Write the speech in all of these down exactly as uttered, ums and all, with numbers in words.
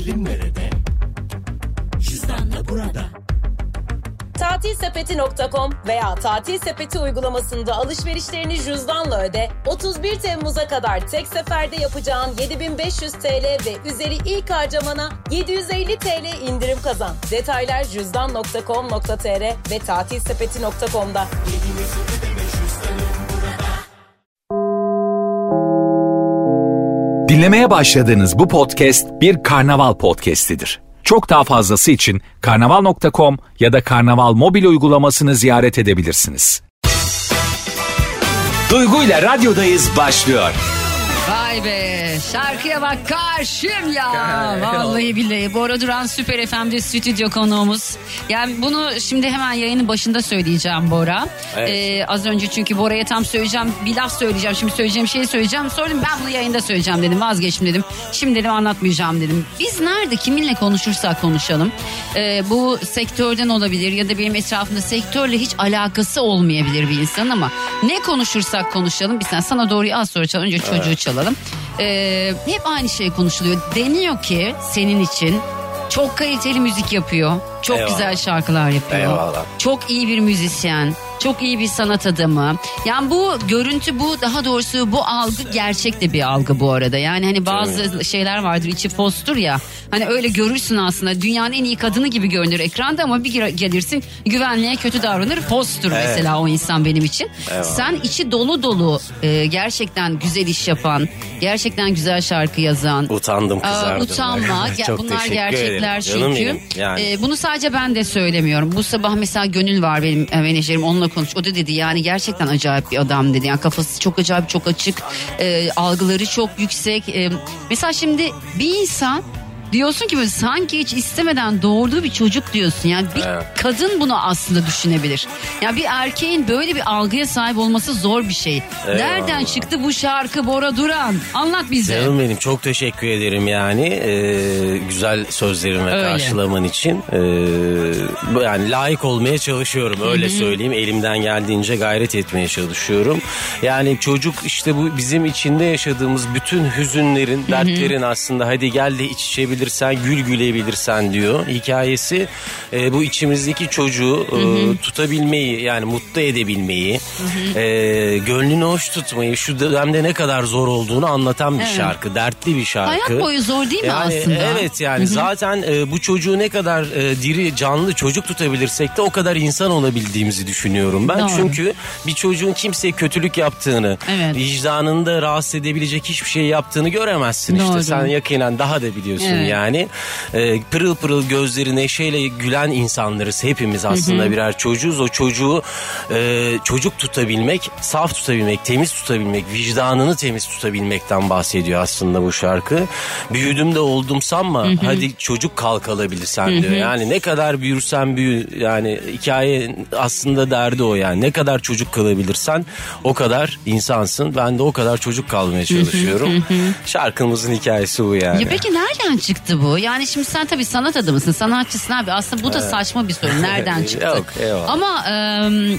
indirim nerede? Cüzdanla burada. tatil sepeti nokta com veya Tatil Sepeti uygulamasında alışverişlerini cüzdanla öde. otuz bir Temmuz'a kadar tek seferde yapacağın yedi bin beş yüz TL ve üzeri ilk harcamana yedi yüz elli TL indirim kazan. Detaylar cüzdan nokta com nokta tr ve tatil sepeti nokta com'da. Dinlemeye başladığınız bu podcast bir karnaval podcastidir. Çok daha fazlası için karnaval nokta com ya da karnaval mobil uygulamasını ziyaret edebilirsiniz. Duygu ile radyodayız başlıyor. Vay be, şarkıya bak karşım ya. Vallahi billahi. Bora Duran Süper F M'de stüdyo konuğumuz. Yani bunu şimdi hemen yayının başında söyleyeceğim Bora. Evet. Ee, az önce çünkü Bora'ya tam söyleyeceğim bir laf söyleyeceğim. Şimdi söyleyeceğim şeyi söyleyeceğim. Sordum ben bunu yayında söyleyeceğim dedim. Vazgeçtim dedim. Şimdi dedim anlatmayacağım dedim. Biz nerede kiminle konuşursak konuşalım. Ee, bu sektörden olabilir ya da benim etrafımda sektörle hiç alakası olmayabilir bir insan ama ne konuşursak konuşalım. Bir sen sana doğruyu az sonra çalalım. Önce çocuğu evet. çalalım. Ee, hep aynı şey konuşuluyor. Deniyor ki senin için çok kaliteli müzik yapıyor. Çok Eyvallah. Güzel şarkılar yapıyor. Eyvallah. Çok iyi bir müzisyen. Çok iyi bir sanat adamı. Yani bu görüntü, bu daha doğrusu bu algı gerçek de bir algı bu arada. Yani hani bazı şeyler vardır, içi postur ya. Hani öyle görürsün aslında dünyanın en iyi kadını gibi görünür ekranda ama bir gelirsin güvenliğe kötü davranır. Postur evet. Mesela o insan benim için. Eyvallah. Sen içi dolu dolu e, gerçekten güzel iş yapan, gerçekten güzel şarkı yazan. Utandım kızardım. Aa, utanma. Bunlar gerçekler çünkü. Yani. E, bunu sadece ben de söylemiyorum. Bu sabah mesela Gönül var benim menajerim, onunla konuş. O da dedi yani gerçekten acayip bir adam dedi. Yani kafası çok acayip, çok açık. E, algıları çok yüksek. E, mesela şimdi bir insan diyorsun ki böyle sanki hiç istemeden doğurduğu bir çocuk diyorsun. Yani bir evet. kadın bunu aslında düşünebilir. Yani bir erkeğin böyle bir algıya sahip olması zor bir şey. Eyvallah. Nereden çıktı bu şarkı Bora Duran? Anlat bize. Canım benim, çok teşekkür ederim yani. Ee, güzel sözlerime öyle. Karşılaman için. Ee, yani layık olmaya çalışıyorum öyle Hı-hı. söyleyeyim. Elimden geldiğince gayret etmeye çalışıyorum. Yani çocuk işte bu bizim içinde yaşadığımız bütün hüzünlerin, Hı-hı. dertlerin aslında hadi gel de iç içebilirsen, gül gülebilirsen diyor hikayesi. E, bu içimizdeki çocuğu e, tutabilmeyi, yani mutlu edebilmeyi, e, gönlünü hoş tutmayı, şu dönemde ne kadar zor olduğunu anlatan bir evet. şarkı. Dertli bir şarkı. Hayat boyu zor değil mi yani, aslında? Evet yani Hı-hı. zaten e, bu çocuğu ne kadar e, diri, canlı çocuk tutabilirsek de o kadar insan olabildiğimizi düşünüyorum ben. Doğru. Çünkü bir çocuğun kimseye kötülük yaptığını, evet. vicdanında rahatsız edebilecek hiçbir şey yaptığını göremezsin. Doğru. İşte sen yakinen daha da biliyorsun evet. yani. Yani e, pırıl pırıl gözleri neşeyle gülen insanlarız hepimiz aslında, hı hı. birer çocuğuz. O çocuğu e, çocuk tutabilmek, saf tutabilmek, temiz tutabilmek, vicdanını temiz tutabilmekten bahsediyor aslında bu şarkı. Büyüdüm de oldum sanma, hı hı. hadi çocuk kalkalabilirsen diyor. Hı hı. Yani ne kadar büyürsen büyü, yani hikaye aslında derdi o yani. Ne kadar çocuk kalabilirsen o kadar insansın. Ben de o kadar çocuk kalmaya çalışıyorum. Hı hı. Şarkımızın hikayesi bu yani. Ya peki nereden çıktı bu? Yani şimdi sen tabii sanat adamısın, sanatçısın abi. Aslında bu da saçma bir soru. Nereden çıktı? Yok, eyvallah. Ama e,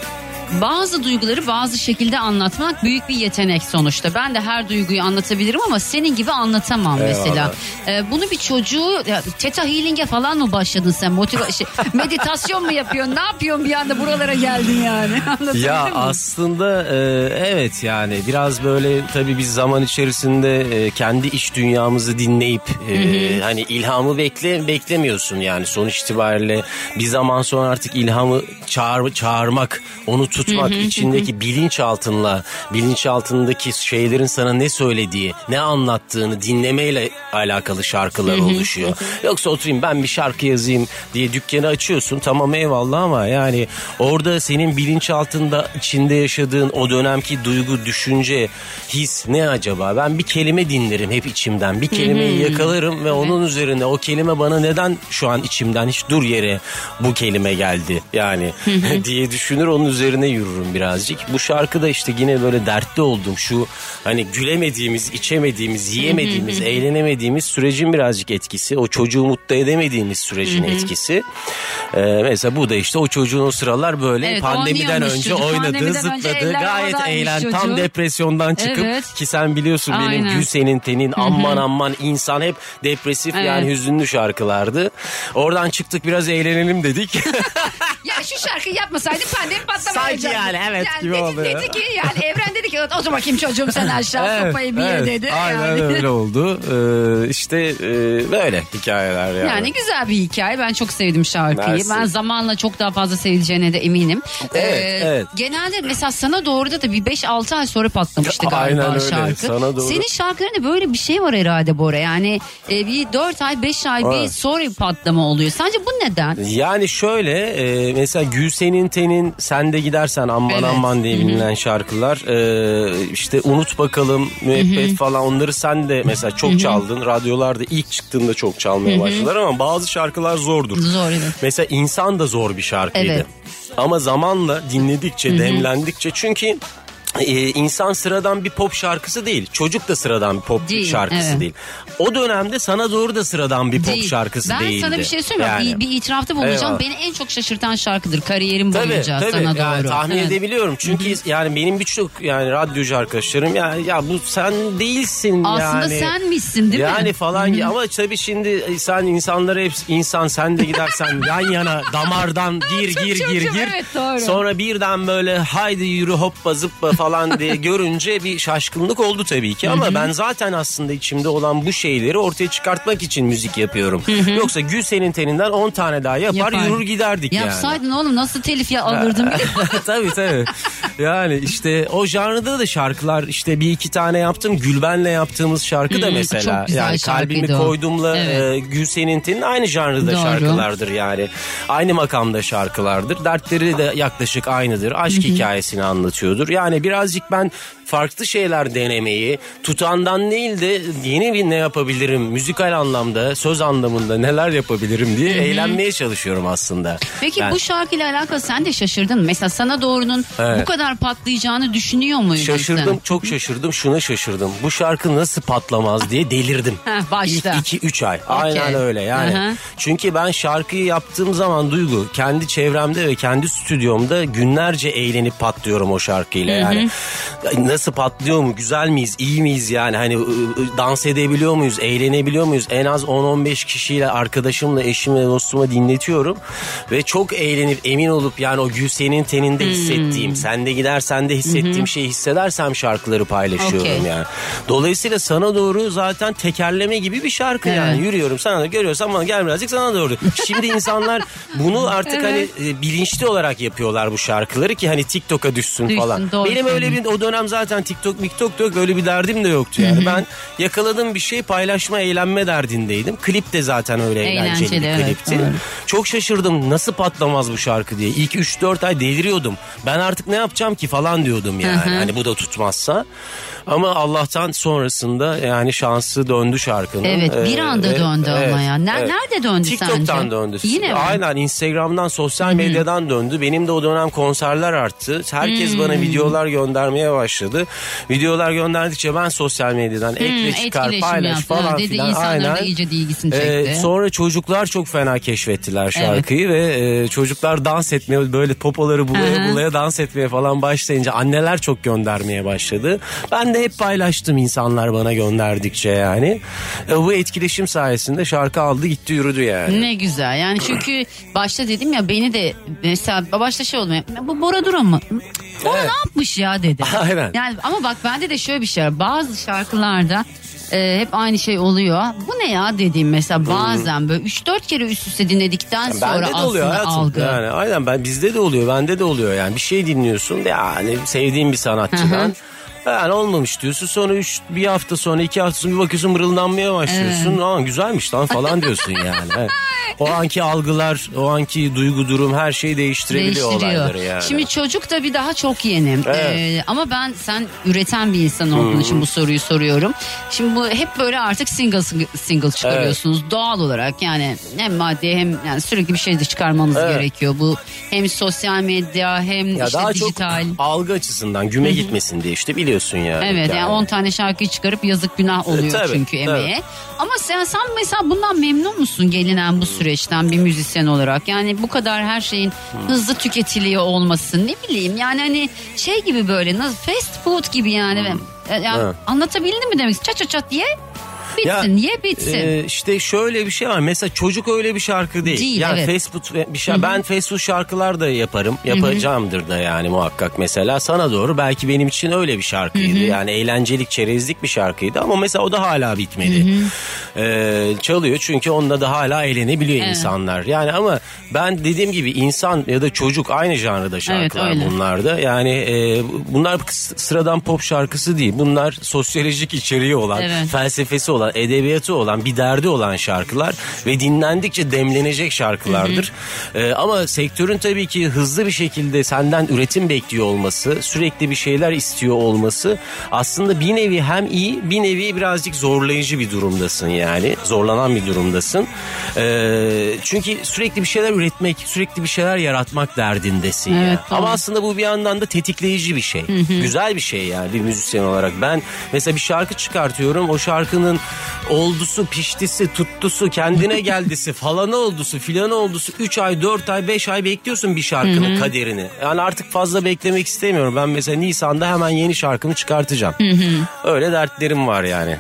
bazı duyguları bazı şekilde anlatmak büyük bir yetenek sonuçta. Ben de her duyguyu anlatabilirim ama senin gibi anlatamam eyvallah. Mesela. E, bunu bir çocuğu ya, Theta Healing'e falan mı başladın sen? Motiva şey, meditasyon mu yapıyorsun? Ne yapıyorsun bir anda buralara geldin yani? Ya mi? Aslında e, evet yani biraz böyle tabii biz zaman içerisinde e, kendi iç dünyamızı dinleyip e, hani ilhamı bekle beklemiyorsun yani sonuç itibariyle bir zaman sonra artık ilhamı çağır, çağırmak, onu tutmak, içindeki bilinçaltınla, bilinçaltındaki şeylerin sana ne söylediği, ne anlattığını dinlemeyle alakalı şarkılar oluşuyor. Yoksa oturayım ben bir şarkı yazayım diye dükkanı açıyorsun, tamam eyvallah, ama yani orada senin bilinçaltında içinde yaşadığın o dönemki duygu, düşünce, his ne acaba? Ben bir kelime dinlerim hep içimden. Bir kelimeyi yakalarım ve onun üzerine o kelime bana neden şu an içimden hiç dur yere bu kelime geldi yani diye düşünür, onun üzerine üzerine yürürüm birazcık. Bu şarkıda işte yine böyle dertli oldum. Şu hani gülemediğimiz, içemediğimiz, yiyemediğimiz, eğlenemediğimiz sürecin birazcık etkisi. O çocuğu mutlu edemediğimiz sürecin etkisi. Ee, mesela bu da işte o çocuğun o sıralar böyle evet, pandemiden önce çocuk. oynadı, Pandemiden zıpladı. Önce gayet eğlen, tam depresyondan çıkıp evet. ki sen biliyorsun Aynen. benim Gül Senin Tenin, aman aman insan hep depresif evet. yani hüzünlü şarkılardı. Oradan çıktık biraz eğlenelim dedik. Ya şu şarkıyı yapmasaydın pandemi patlamayacaktı. Sanki yani evet yani gibi dedi, oldu. Dedi ki yani evren dedi ki o zaman kim çocuğum sen aşağı evet, sopayı bir evet, dedi. Aynen yani. öyle oldu. Ee, işte e, böyle hikayeler yani. Yani güzel bir hikaye. Ben çok sevdim şarkıyı. Mersi. Ben zamanla çok daha fazla seveceğine de eminim. Evet, ee, evet. Genelde mesela Sana Doğru'da da bir beş altı ay sonra patlamıştı galiba Aynen öyle. şarkı. Sana Doğru. Senin şarkılarında böyle bir şey var herhalde Bora. Yani e, bir dört ay beş ay evet. bir sonra bir patlama oluyor. Sence bu neden? Yani şöyle e, mesela Gül Senin Tenin, Sen de Gidersen Aman evet. Aman diye bilinen Hı-hı. şarkılar. E, işte Unut Bakalım, Müebbet Hı-hı. falan, onları sen de mesela çok Hı-hı. çaldın. Radyolarda ilk çıktığında çok çalmaya Hı-hı. başladılar ama bazı şarkılar zordur. Zor evet. Mesela İnsan da zor bir şarkıydı. Evet. Ama zamanla dinledikçe, Hı-hı. demlendikçe, çünkü Ee, insan sıradan bir pop şarkısı değil. Çocuk da sıradan bir pop değil, şarkısı evet. değil. O dönemde Sana Doğru da sıradan bir değil. pop şarkısı ben değildi. Ben sana bir şey söyleyeyim. Yani. Bir, bir itirafta bulunacağım. Beni en çok şaşırtan şarkıdır kariyerim boyunca tabii, tabii. Sana yani Doğru. Tahmin evet. edebiliyorum. Çünkü Hı-hı. yani benim birçok yani radyocu arkadaşlarım ya ya bu sen değilsin Aslında yani. Aslında sen misin değil yani mi? Yani falan Hı-hı. ama tabii şimdi sen insanlara hep insan sen de gidersen yan yana damardan gir gir gir gir. Evet, doğru. Sonra birden böyle haydi yürü hoppa zıppa falan diye görünce bir şaşkınlık oldu tabii ki ama Hı-hı. ben zaten aslında içimde olan bu şeyleri ortaya çıkartmak için müzik yapıyorum. Hı-hı. Yoksa Gül Senin Teninden on tane daha yapar, yapar. yürür giderdik Yapsaydın yani. Yapsaydın oğlum nasıl telif ya alırdım. Tabii tabii. Yani işte o janrda da şarkılar işte bir iki tane yaptım. Gülben'le yaptığımız şarkı da mesela. Çok güzel yani Kalbimi o. Koydum'la evet. e, Gül Senin Tenin aynı janrda Doğru. şarkılardır yani. Aynı makamda şarkılardır. Dertleri de yaklaşık aynıdır. Aşk Hı-hı. hikayesini anlatıyordur. Yani birazcık ben farklı şeyler denemeyi, tutandan değil de yeni bir ne yapabilirim, müzikal anlamda, söz anlamında neler yapabilirim diye Hı-hı. eğlenmeye çalışıyorum aslında. Peki yani, bu şarkıyla alakalı sen de şaşırdın mı? Mesela Sana Doğru'nun evet. bu kadar patlayacağını düşünüyor muydun? Şaşırdım, sen? çok şaşırdım. Şuna şaşırdım. Bu şarkı nasıl patlamaz diye delirdim. Heh, başta. İlk iki üç ay. Okay. Aynen öyle yani. Hı-hı. Çünkü ben şarkıyı yaptığım zaman Duygu, kendi çevremde ve kendi stüdyomda günlerce eğlenip patlıyorum o şarkıyla. Hı-hı. Yani nasıl patlıyor mu, güzel miyiz, iyi miyiz yani, hani dans edebiliyor muyuz, eğlenebiliyor muyuz, en az on on beş kişiyle, arkadaşımla, eşimle, dostuma dinletiyorum ve çok eğlenip emin olup yani o Gül Senin Teninde hmm. hissettiğim, Sen de Gidersen de hissettiğim hmm. şeyi hissedersem şarkıları paylaşıyorum okay. yani. Dolayısıyla Sana Doğru zaten tekerleme gibi bir şarkı evet. yani, yürüyorum sana da görüyorsam bana gel birazcık sana doğru. Şimdi insanlar bunu artık evet. hani e, bilinçli olarak yapıyorlar bu şarkıları ki hani TikTok'a düşsün, düşsün falan. Doğru. Benim öyle bir o dönem zaten TikTok miktok yok, öyle bir derdim de yoktu yani. Hı-hı. Ben yakaladığım bir şey paylaşma, eğlenme derdindeydim. Klip de zaten öyle eğlenceli, eğlenceli bir klipti. Evet, çok şaşırdım nasıl patlamaz bu şarkı diye. İlk üç dört ay deliriyordum. Ben artık ne yapacağım ki falan diyordum yani. Hı-hı. Hani bu da tutmazsa. Ama Allah'tan sonrasında yani şansı döndü şarkının. Evet, bir anda ee, döndü evet, ama ya. Nerede evet. döndü TikTok'tan sence? TikTok'tan döndü. Yine mi? Aynen, Instagram'dan, sosyal Hı-hı. medyadan döndü. Benim de o dönem konserler arttı. Herkes Hı-hı. bana videolar göndermeye başladı. Videolar gönderdikçe ben sosyal medyadan Hı-hı. ekle çıkar, paylaş yaptı. falan dedi, filan. İnsanlar da iyice ilgisini çekti. Ee, sonra çocuklar çok fena keşfettiler şarkıyı evet. ve e, çocuklar dans etmeye, böyle popoları bulaya Hı-hı. bulaya dans etmeye falan başlayınca anneler çok göndermeye başladı. Ben de hep paylaştım insanlar bana gönderdikçe yani. E, bu etkileşim sayesinde şarkı aldı gitti yürüdü yani. Ne güzel yani, çünkü başta dedim ya, beni de mesela başta şey oldu, bu Bora Duran mı? O evet. ne yapmış ya dedi. Aynen. Yani ama bak bende de şöyle bir şey var. Bazı şarkılarda e, hep aynı şey oluyor. Bu ne ya dediğim mesela bazen hmm. böyle üç dört kere üst üste dinledikten yani sonra aslında algı. Yani aynen, ben bizde de oluyor, bende de oluyor yani. Bir şey dinliyorsun yani, sevdiğin bir sanatçıdan. Yani olmamış diyorsun. Sonra üç, bir hafta sonra iki hafta sonra bir bakıyorsun mırıldanmaya başlıyorsun. Evet. Aa, güzelmiş lan falan diyorsun yani. Evet. O anki algılar, o anki duygu durum her şeyi değiştirebiliyor olayları yani. Şimdi çocuk tabii daha çok yeni. Evet. Ee, ama ben sen üreten bir insan olduğun hmm. için bu soruyu soruyorum. Şimdi bu hep böyle artık single single çıkarıyorsunuz evet. doğal olarak. Yani hem maddi hem yani sürekli bir şey de çıkarmanız evet. gerekiyor. Bu hem sosyal medya hem ya işte daha dijital. Çok algı açısından güme gitmesin diye işte biliyorsun yani. Evet yani on yani tane şarkıyı çıkarıp yazık günah oluyor tabii, çünkü emeğe. Tabii. Ama sen, sen mesela bundan memnun musun gelinen bu süreçten bir müzisyen olarak? Yani bu kadar her şeyin hmm. hızlı tüketiliyor olması ne bileyim yani hani şey gibi böyle fast food gibi yani. Hmm. Yani evet. Anlatabildim mi demek? Çat çat çat diye. Bitsin, ya, ye bitsin. E, işte şöyle bir şey var. Mesela çocuk öyle bir şarkı değil. değil yani evet. fast food bir şey. Hı-hı. Ben fast food şarkılar da yaparım. Yapacağımdır Hı-hı. da yani muhakkak mesela. Sana doğru belki benim için öyle bir şarkıydı. Hı-hı. Yani eğlencelik, çerezlik bir şarkıydı ama mesela o da hala bitmedi. Ee, çalıyor çünkü onunla da hala eğlenebiliyor evet. insanlar. Yani ama ben dediğim gibi insan ya da çocuk aynı janrada şarkılar evet, bunlarda. Yani e, bunlar sıradan pop şarkısı değil. Bunlar sosyolojik içeriği olan, evet. felsefesi olan, edebiyatı olan, bir derdi olan şarkılar ve dinlendikçe demlenecek şarkılardır. Hı hı. Ee, ama sektörün tabii ki hızlı bir şekilde senden üretim bekliyor olması, sürekli bir şeyler istiyor olması aslında bir nevi hem iyi, bir nevi birazcık zorlayıcı bir durumdasın yani. Zorlanan bir durumdasın. Ee, çünkü sürekli bir şeyler üretmek, sürekli bir şeyler yaratmak derdindesin. Evet, yani. Ama aslında bu bir yandan da tetikleyici bir şey. Hı hı. Güzel bir şey yani bir müzisyen olarak. Ben mesela bir şarkı çıkartıyorum. O şarkının oldusu, piştisi, tuttusu, kendine geldisi, falanı oldusu, filanı oldusu üç ay, dört ay, beş ay bekliyorsun bir şarkının Hı-hı. kaderini. Yani artık fazla beklemek istemiyorum. Ben mesela Nisan'da hemen yeni şarkımı çıkartacağım. Hı-hı. Öyle dertlerim var yani.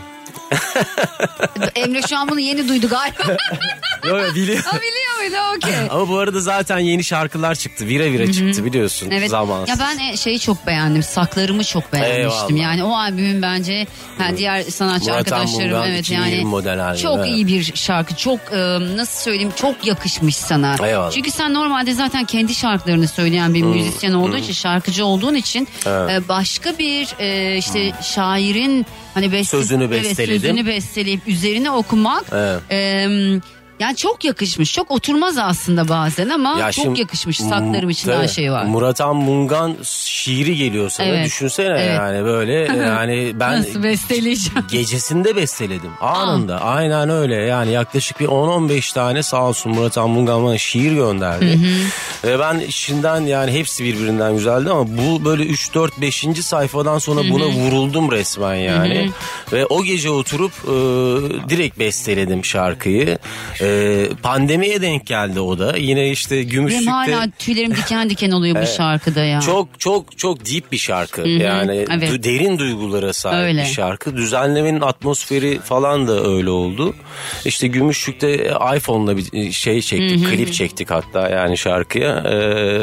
Emre şu an bunu yeni duydu galiba. Yok yok biliyor. Ha, biliyor muydu? Okey. Ama bu arada zaten yeni şarkılar çıktı. Vira vira Hı-hı. çıktı biliyorsun. Evet. Zamansız. Ya ben şeyi çok beğendim. Saklarımı çok beğenmiştim. Eyvallah. Yani o albümün bence ha, diğer sanatçı Murat arkadaşlarım evet yani model çok evet. iyi bir şarkı. Çok e, nasıl söyleyeyim çok yakışmış sana. Eyvallah. Çünkü sen normalde zaten kendi şarkılarını söyleyen bir hmm. müzisyen olduğu hmm. için, şarkıcı olduğun için evet. e, başka bir e, işte hmm. şairin hani beste, sözünü besteledim. Evet, sözünü besteleyip üzerine okumak evet. e, yani çok yakışmış. Çok oturmaz aslında bazen ama ya çok şimdi, yakışmış. Saklarım için her şey var. Murat Han Mungan şiiri geliyor sana. Evet. Düşünsene evet. yani böyle yani ben nasıl besteleyeceğim? Gecesinde besteledim. Anında. Aa. Aynen öyle. Yani yaklaşık bir on on beş tane sağ olsun Murat Han Mungan bana şiir gönderdi. Hı hı. Ve ben işinden yani hepsi birbirinden güzeldi ama bu böyle üç dört beşinci sayfadan sonra hı hı. buna vuruldum resmen yani. Hı hı. Ve o gece oturup e, direkt besteledim şarkıyı. Ee, pandemiye denk geldi o da. Yine işte Gümüşlük'te. Benim hala tüylerim diken diken oluyor bu şarkıda ya. Çok çok çok deep bir şarkı. Hı-hı. Yani evet. du- derin duygulara sahip öyle. Bir şarkı. Düzenlemenin atmosferi falan da öyle oldu. İşte Gümüşlük'te iPhone'la bir şey çektik. Hı-hı. Klip çektik hatta yani şarkıya. Ee,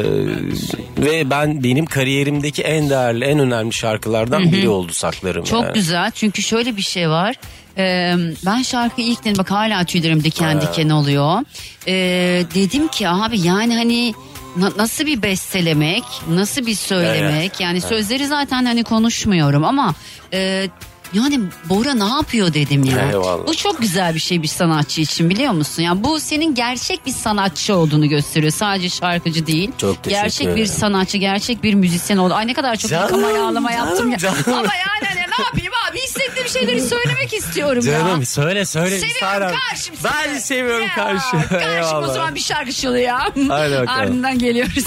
ve ben benim kariyerimdeki en değerli, en önemli şarkılardan Hı-hı. biri oldu Saklarım. Çok yani. güzel. Çünkü şöyle bir şey var. Ee, ben şarkıyı ilk dedim bak hala tüylerim diken diken oluyor. Ee, dedim ki abi yani hani na- nasıl bir bestelemek, nasıl bir söylemek evet. yani evet. sözleri zaten hani konuşmuyorum ama e, yani Bora ne yapıyor dedim ya. Eyvallah. Bu çok güzel bir şey bir sanatçı için biliyor musun? Yani bu senin gerçek bir sanatçı olduğunu gösteriyor. Sadece şarkıcı değil. Çok gerçek ederim. Bir sanatçı, gerçek bir müzisyen oldu. Ay ne kadar çok yıkama yağlama yaptım ya. Canım. Ama yani hani ne yapayım abi hissettiğim şeyleri söylemek istiyorum canım, ya. Canım söyle söyle. Seviyorum karşım seni. Ben seviyorum ya, karşı. Karşım o zaman bir şarkı çalıyor. Hadi bakalım. Ardından geliyoruz.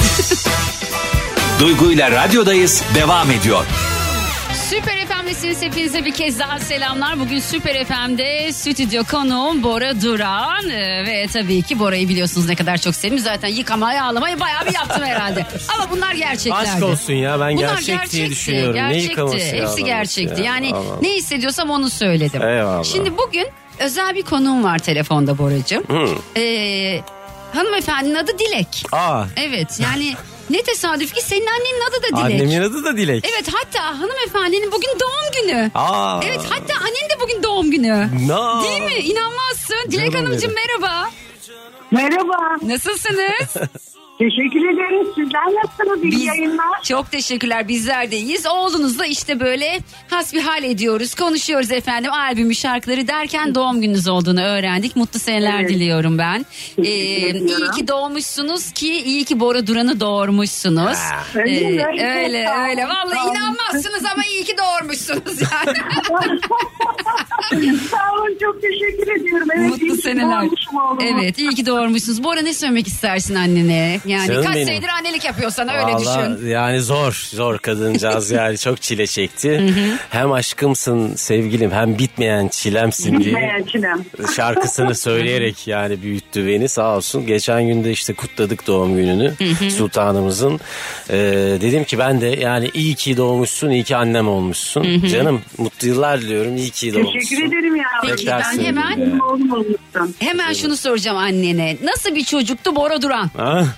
Duygu ile radyodayız devam ediyor. Süper F M'desiniz, hepinize bir kez daha selamlar. Bugün Süper F M'de stüdyo konuğum Bora Duran ee, ve tabii ki Bora'yı biliyorsunuz ne kadar çok sevdim. Zaten yıkamayı ağlamayı bayağı bir yaptım herhalde. Ama bunlar gerçeklerdi. Aşk olsun ya ben bunlar gerçek gerçekti, diye düşünüyorum. Gerçekti, ne yıkaması hepsi gerçekti. Ya. Yani Allah. Ne hissediyorsam onu söyledim. Eyvallah. Şimdi bugün özel bir konuğum var telefonda Boracığım. Hmm. Ee, hanımefendinin adı Dilek. Aa. Evet yani... Ne tesadüf ki senin annenin adı da Dilek. Annemin adı da Dilek. Evet hatta hanımefendinin bugün doğum günü. Aa. Evet hatta annenin de bugün doğum günü. No. Değil mi? İnanmazsın. Dilek Canım Hanımcığım benim. Merhaba. Merhaba. Nasılsınız? Teşekkür ederiz. Sizler nasılsınız? İyi Biz, yayınlar. çok teşekkürler. Bizler de iyiyiz. Oğlunuzla işte böyle hasbihal ediyoruz. Konuşuyoruz efendim. Albümü, şarkıları derken doğum gününüz olduğunu öğrendik. Mutlu seneler evet. diliyorum ben. Ee, iyi ki doğmuşsunuz ki iyi ki Bora Duran'ı doğurmuşsunuz. Ee, öyle öyle. öyle. Vallahi inanmazsınız ama iyi ki doğurmuşsunuz yani. Sağ olun, çok teşekkür ediyorum. Evet, mutlu seneler. Evet, iyi ki doğurmuşsunuz. Bora, ne söylemek istersin annene? Yani canım kaç benim. Senedir annelik yapıyorsan öyle vallahi düşün. Yani zor zor kadıncağız yani çok çile çekti. Hem aşkımsın sevgilim hem bitmeyen çilemsin diye. Bitmeyen çilem. Şarkısını söyleyerek yani büyüttü beni, sağ olsun. Geçen günde işte kutladık doğum gününü sultanımızın. Ee, dedim ki ben de yani iyi ki doğmuşsun, iyi ki annem olmuşsun. Canım mutlu yıllar diliyorum, iyi ki doğmuşsun. Teşekkür ederim ya. Peki ben hemen ya. hemen şunu soracağım annene. Nasıl bir çocuktu Bora Duran?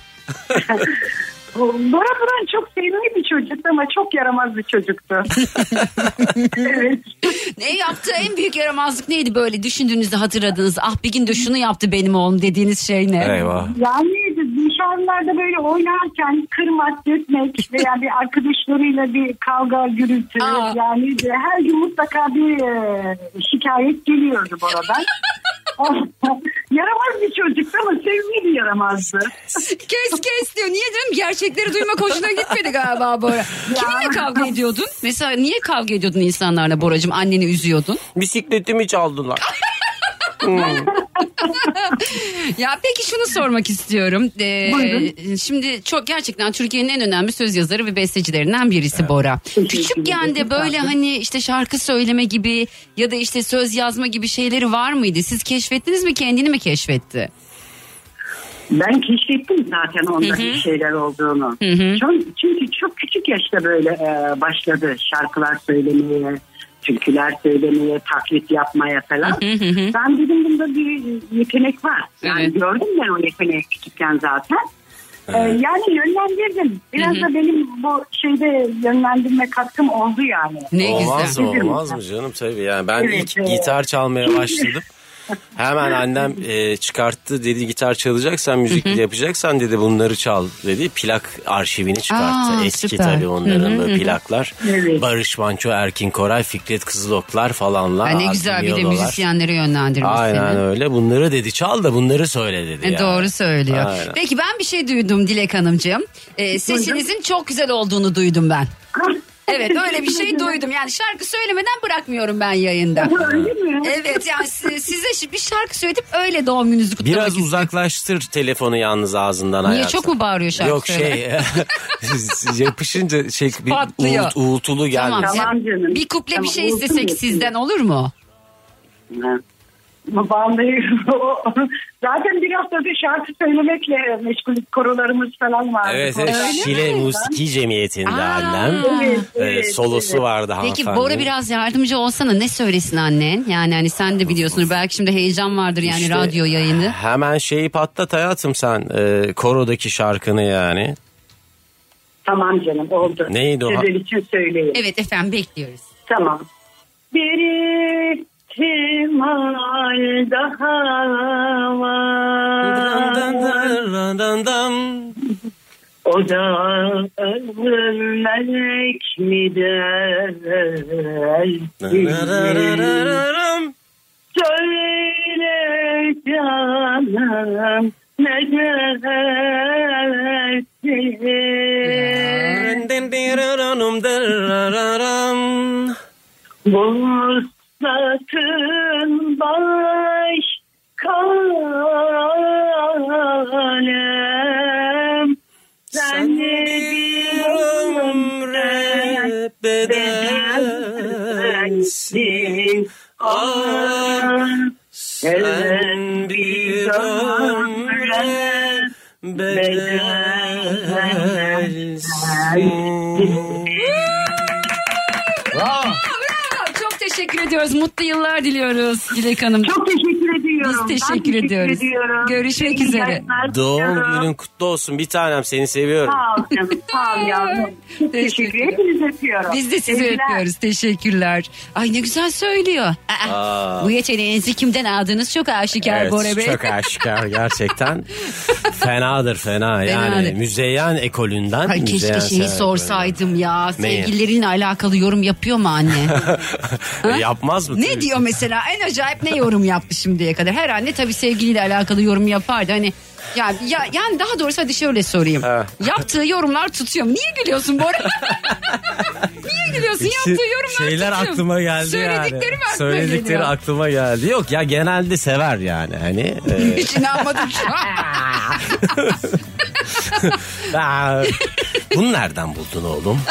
Bora Duran çok sevimli bir çocuktu ama çok yaramaz bir çocuktu. Evet. Ne yaptı? En büyük yaramazlık neydi böyle düşündüğünüzde hatırladığınız? Ah bir gün de şunu yaptı benim oğlum dediğiniz şey ne? Eyvah. Yani dışarılarda böyle oynarken kırmak, dökmek veya bir arkadaşlarıyla bir kavga, gürültü. Aa. Yani her gün mutlaka bir e, şikayet geliyordu Bora'dan. Yaramaz bir çocuktu ama sevgili yaramazdı. Kes kes diyor. Niye canım? Gerçekleri duymak hoşuna gitmedi galiba Bora. Kiminle kavga ediyordun? Mesela niye kavga ediyordun insanlarla Boracığım? Anneni üzüyordun. Bisikletimi çaldılar. hmm. Ya peki şunu sormak istiyorum. Ee, şimdi çok gerçekten Türkiye'nin en önemli söz yazarı ve bestecilerinden birisi evet. Bora. Küçükken de böyle hani işte şarkı söyleme gibi ya da işte söz yazma gibi şeyleri var mıydı? Siz keşfettiniz mi, kendini mi keşfetti? Ben keşfettim zaten onda bir şeyler olduğunu. Hı hı. Çünkü çok küçük yaşta böyle e, başladı şarkılar söylemeye, türküler söylemeye, taklit yapmaya falan. Hı hı hı. Ben dedim bunda bir yetenek var. Yani evet. Gördüm ben o yeteneği küçükken zaten. Evet. Ee, yani yönlendirdim. Biraz hı hı. da benim bu şeyde yönlendirme katkım oldu yani. Ne olmaz güzel. Mı, olmaz mı canım tabii yani. Ben evet, ilk evet. gitar çalmaya başladım. Hemen annem e, çıkarttı, dedi gitar çalacaksan, müzik hı hı. yapacaksan dedi bunları çal dedi. Plak arşivini çıkarttı. Aa, eski süper. Tabii onların hı hı. böyle plaklar. Evet. Barış Manço, Erkin Koray, Fikret Kızıloklar falanlar. Ha, ne güzel bir de müzisyenleri yönlendirmiş. Aynen seni. Öyle. Bunları dedi çal da bunları söyle dedi. E, yani. Doğru söylüyor. Aynen. Peki ben bir şey duydum Dilek Hanımcığım. Ee, sesinizin çok güzel olduğunu duydum ben. Evet öyle bir şey duydum. Yani şarkı söylemeden bırakmıyorum ben yayında. Öyle mi? Evet yani size bir şarkı söyletip öyle doğum gününüzü kutlamak biraz istedim. uzaklaştır telefonu yalnız ağzından hayatım. Niye, çok mu bağırıyor şarkı Yok söyle? şey yapışınca şey bir uğult, uğultulu geldi. Tamam, tamam canım. Bir kuple tamam, bir şey istesek sizden olur mu? Evet. Vallahi zaten bir haftadır şarkı söylemekle meşgul korolarımız falan vardı. Evet, evet. Şile Musiki Cemiyeti'nde Aa, annem. Evet, evet, ee, solosu evet. vardı hanımefendi. Peki Bora biraz yardımcı olsana, ne söylesin annen? Yani hani sen de biliyorsunuz belki şimdi heyecan vardır yani işte, radyo yayını. Hemen şeyi patlat hayatım sen e, korodaki şarkını yani. Tamam canım oldu. Neydi o? Sizler için söyleyeyim. Evet efendim bekliyoruz. Tamam. Bir ihtimal daha var. O da ölmek mi dersin? Söyle canım ne dersin? Bu sakın başka alem, sen bir ömre bedelsin. Ah, sen bir ömre bedelsin. Bravo. Çok teşekkür ediyoruz. Mutlu yıllar diliyoruz Dilek Hanım. Çok teşekkür ediyorum. ediyorum. Biz teşekkür, teşekkür ediyoruz. Ediyorum. Görüşmek üzere. Doğum günün kutlu olsun bir tanem, seni seviyorum. Sağ ol canım, sağ ol yavrum. Çok teşekkür ederim. Hepinizi öpüyorum. Biz de sizi Sevgiler. öpüyoruz. Teşekkürler. Ay ne güzel söylüyor. Aa, Aa. Bu yeteneğinizi kimden aldınız çok aşikar evet, Bora Bey. Çok aşikar gerçekten. Fenadır fena yani. Fenadır. Müzeyyen ekolünden. Ay, keşke şeyi sorsaydım ya. Sevgililerinle alakalı yorum yapıyor mu anne? Yapmaz mı? Ne diyor mesela? En acayip ne yorum yaptı şimdiye kadar? Her anne tabii sevgiliyle alakalı yorum yapardı. Hani ya, ya yani daha doğrusu hadi şöyle sorayım. Ha. Yaptığı yorumlar tutuyor mu? Niye gülüyorsun Bora? Niye gülüyorsun? Yaptığı yorumlar Şeyler tutuyor. aklıma geldi Söyledikleri yani. aklıma Söyledikleri geliyor. aklıma geldi. Yok ya, genelde sever yani hani. E... Hiç inanmadım şu an. Bunu nereden buldun oğlum?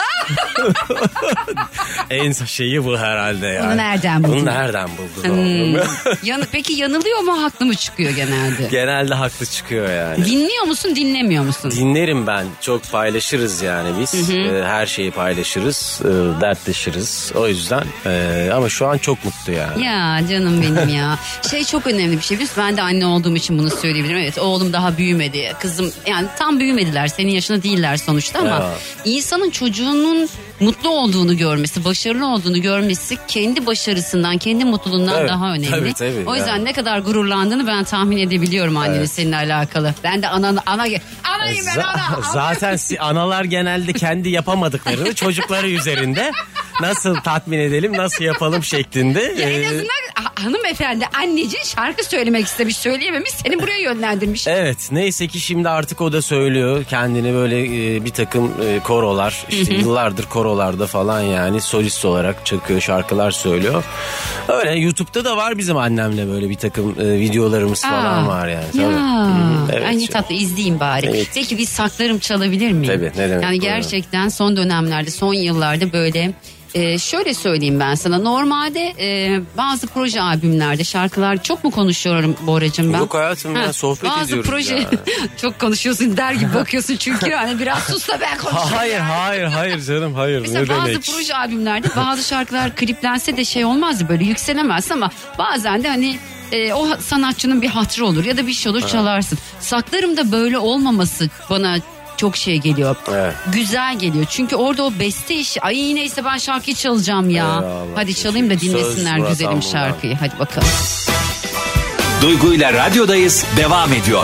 En şeyi bu herhalde yani. Bunu nereden buldun? Bunu nereden buldun oğlum? Hmm. Yan, peki yanılıyor mu, haklı mı çıkıyor genelde? Genelde haklı çıkıyor yani. Dinliyor musun, dinlemiyor musun? Dinlerim ben. Çok paylaşırız yani biz. Hı hı. Ee, her şeyi paylaşırız. E, dertleşiriz. O yüzden. E, ama şu an çok mutlu yani. Ya canım benim ya. Şey çok önemli bir şey. Biliyorsun, ben de anne olduğum için bunu söyleyebilirim. Evet, oğlum daha büyümedi. Kızım yani tam büyümediler. Senin yaşında değiller sonuçta ama ya. insanın çocuğunun mutlu olduğunu görmesi, başarılı olduğunu görmesi kendi başarısından, kendi mutluluğundan evet, daha önemli. Tabii, tabii, o yüzden yani. ne kadar gururlandığını ben tahmin edebiliyorum annenin evet. seninle alakalı. Ben de ana ana anayım ben ana. ana. Zaten analar genelde kendi yapamadıklarını çocukları üzerinde nasıl tatmin edelim, nasıl yapalım şeklinde. Ya en azından hanımefendi anneciğin şarkı söylemek istemiş, söyleyememiş, seni buraya yönlendirmiş. Evet, neyse ki şimdi artık o da söylüyor kendini böyle e, bir takım e, korolar, işte yıllardır korolarda falan yani solist olarak çıkıyor, şarkılar söylüyor. Öyle YouTube'da da var bizim annemle böyle bir takım e, videolarımız Aa, falan var yani. Ya, hmm, evet, ay ne tatlı, izleyeyim bari. Evet. Peki bir saklarım çalabilir miyim? Tabii, ne demek. Yani gerçekten son dönemlerde, son yıllarda böyle... Ee, şöyle söyleyeyim ben sana, normalde e, bazı proje albümlerde şarkılar çok mu konuşuyorum Boracığım ben? Yok hayatım ha, ya sohbet bazı ediyoruz proje ya. Çok konuşuyorsun der gibi bakıyorsun çünkü hani biraz sus da ben konuşayım. Hayır hayır hayır canım hayır. Mesela ne bazı demek? proje albümlerde bazı şarkılar kliplense de şey olmazdı, böyle yükselemez ama bazen de hani e, o sanatçının bir hatırı olur ya da bir şey olur ha. çalarsın. Saklarım da böyle olmaması bana çok şey geliyor. Evet. Güzel geliyor. Çünkü orada o beste işi. Ay neyse ben şarkıyı çalacağım ya. Eyvallah. Hadi çalayım da dinlesinler Söz güzelim şarkıyı. Hadi bakalım. Duygu ile radyodayız devam ediyor.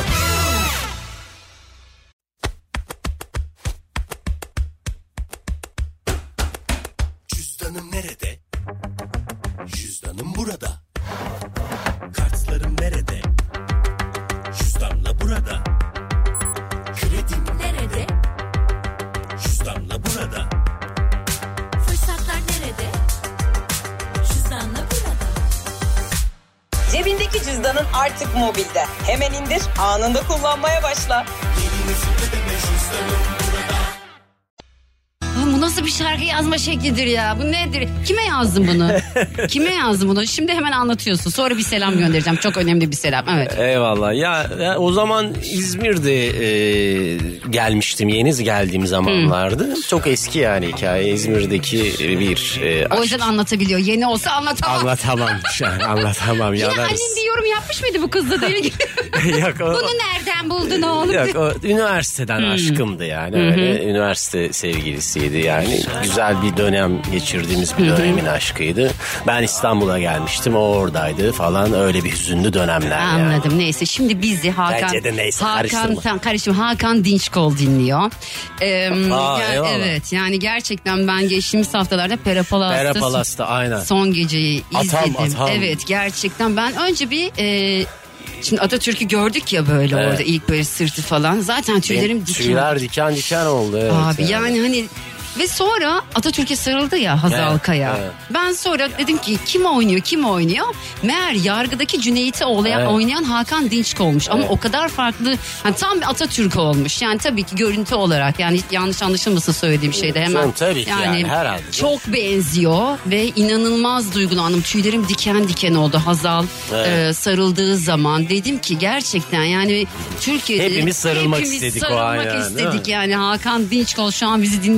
Cüzdanım nerede? Cüzdanım burada. Kartlarım nerede? Cüzdanla burada. Kredim nerede? Cüzdanla burada. Fırsatlar nerede? Cüzdanla burada. Cebindeki cüzdanın artık mobilde. Hemen indir, anında kullanmaya başla. Bu nasıl bir şarkı yazma şeklidir ya? Bu nedir? Kime yazdın bunu? Kime yazdın bunu? Şimdi hemen anlatıyorsun. Sonra bir selam göndereceğim. Çok önemli bir selam. Evet. Eyvallah. Ya, ya o zaman İzmir'de e, gelmiştim. Yeni geldiğim zamanlardı. Hmm. Çok eski yani hikaye. İzmir'deki bir e, o yüzden anlatabiliyor. Yeni olsa anlatamam. Anlatamam. Anlatamam. Yine annen bir yorum yapmış mıydı bu kızla ilgili? Yok, o, bunu nereden buldun oğlum? Yok, o üniversiteden hmm. aşkımdı yani. Hmm. Öyle, üniversite sevgilisiydi yani. Güzel bir dönem geçirdiğimiz bir dönemin aşkıydı. Ben İstanbul'a gelmiştim, o oradaydı falan, öyle bir hüzünlü dönemler. Anladım yani. Neyse şimdi bizi Hakan Bence de neyse, Hakan tam karıştım Hakan Dinçkol dinliyor. Ee, Aa, yani, evet yani gerçekten ben geçtiğimiz haftalarda Perapalas'ta, Perapalas'ta aynen. son geceyi izledim. Atam, atam. Evet gerçekten ben önce bir e, şimdi Atatürk'ü gördük ya böyle evet. orada ilk böyle sırtı falan, zaten tüylerim Benim, diken. Tüyler diken diken oldu. Evet, abi yani. yani hani ve sonra Atatürk'e sarıldı ya Hazal evet, Kaya. Evet. Ben sonra dedim ki kim oynuyor kim oynuyor? Meğer yargıdaki Cüneyt'i oynayan, evet. oynayan Hakan Dinçkol olmuş. Evet. Ama o kadar farklı, hani tam bir Atatürk olmuş. Yani tabii ki görüntü olarak, yani yanlış anlaşılmasın söylediğim şeyde hemen. Son, tabii ki yani, yani herhalde. Çok benziyor ve inanılmaz duygulandım. Tüylerim diken diken oldu Hazal evet. e, sarıldığı zaman. Dedim ki gerçekten yani Türkiye'de hepimiz sarılmak hepimiz istedik sarılmak o an yani, istedik yani. Hakan Dinçkol şu an bizi dinliyor.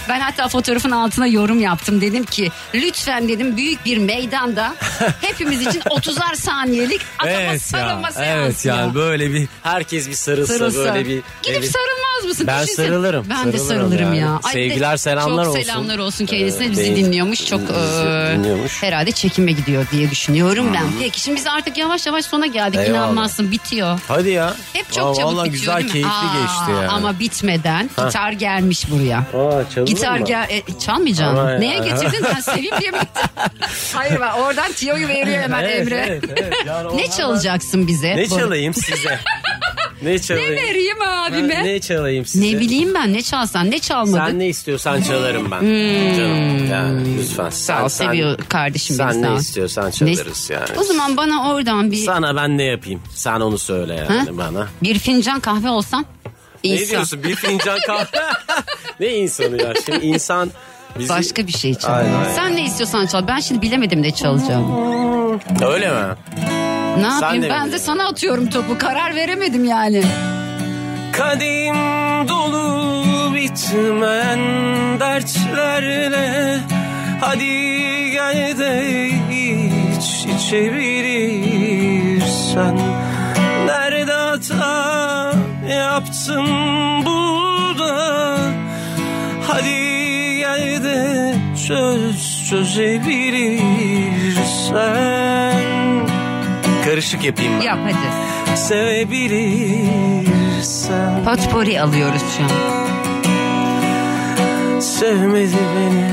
Ben hatta fotoğrafın altına yorum yaptım. Dedim ki lütfen dedim büyük bir meydanda hepimiz için otuzar saniyelik atama evet sarılma ya, seansı. Evet yani ya. Böyle bir herkes bir sarılsa, sarılsa. böyle bir. Gidip evet. sarılmaz mısın? Ben Düşünsene. sarılırım. Ben sarılırım de sarılırım yani. ya. Sevgiler selamlar çok olsun. Çok selamlar olsun kendisine. Ee, bizi değil. dinliyormuş. Çok e, dinliyormuş. Herhalde çekime gidiyor diye düşünüyorum hmm. ben. Peki şimdi biz artık yavaş yavaş sona geldik. Eyvallah. İnanmazsın bitiyor. Hadi ya. Hep çok Aa, çabuk bitiyor güzel, değil mi? keyifli Aa, geçti yani. Ama bitmeden ha. gitar gelmiş buraya. Aa, gitar mı? gel e, çalmayacaksın. Neye getirdin? Ben seveyim diye mi gittin? Hayır bak oradan tiyoyu veriyor hemen evet, Emre. Evet, evet. Yani ne çalacaksın bize? Ne çalayım size? Ne çalayım? Ne vereyim abime? Ben ne çalayım size? Ne bileyim ben ne çalsan ne çalmadın? Sen ne istiyorsan çalarım ben. Hmm. Canım yani lütfen. Sağ ol sen, seviyor kardeşim sen beni. Sen ne istiyorsan çalarız ne? yani. O zaman bana oradan bir... Sana ben ne yapayım? Sen onu söyle yani ha? bana. Bir fincan kahve olsan? İnsan. Ne diyorsun bir fincan kahve? Ne insanı ya şimdi insan... Bizi... Başka bir şey çal. Aynen. Sen ne istiyorsan çal. Ben şimdi bilemedim ne çalacağım. Öyle mi? Ne yapayım? Ben mi? de sana atıyorum topu. Karar veremedim yani. Kadim dolu bitmeyen dertlerle hadi gel de iç içebilirsen. Nerede hata yaptın burada? Hadi gel de çöz çözebilirsen. Karışık yapayım ben. Yap hadi. Sevebilirsen. Potpourri alıyoruz şu an. Sevmedi beni,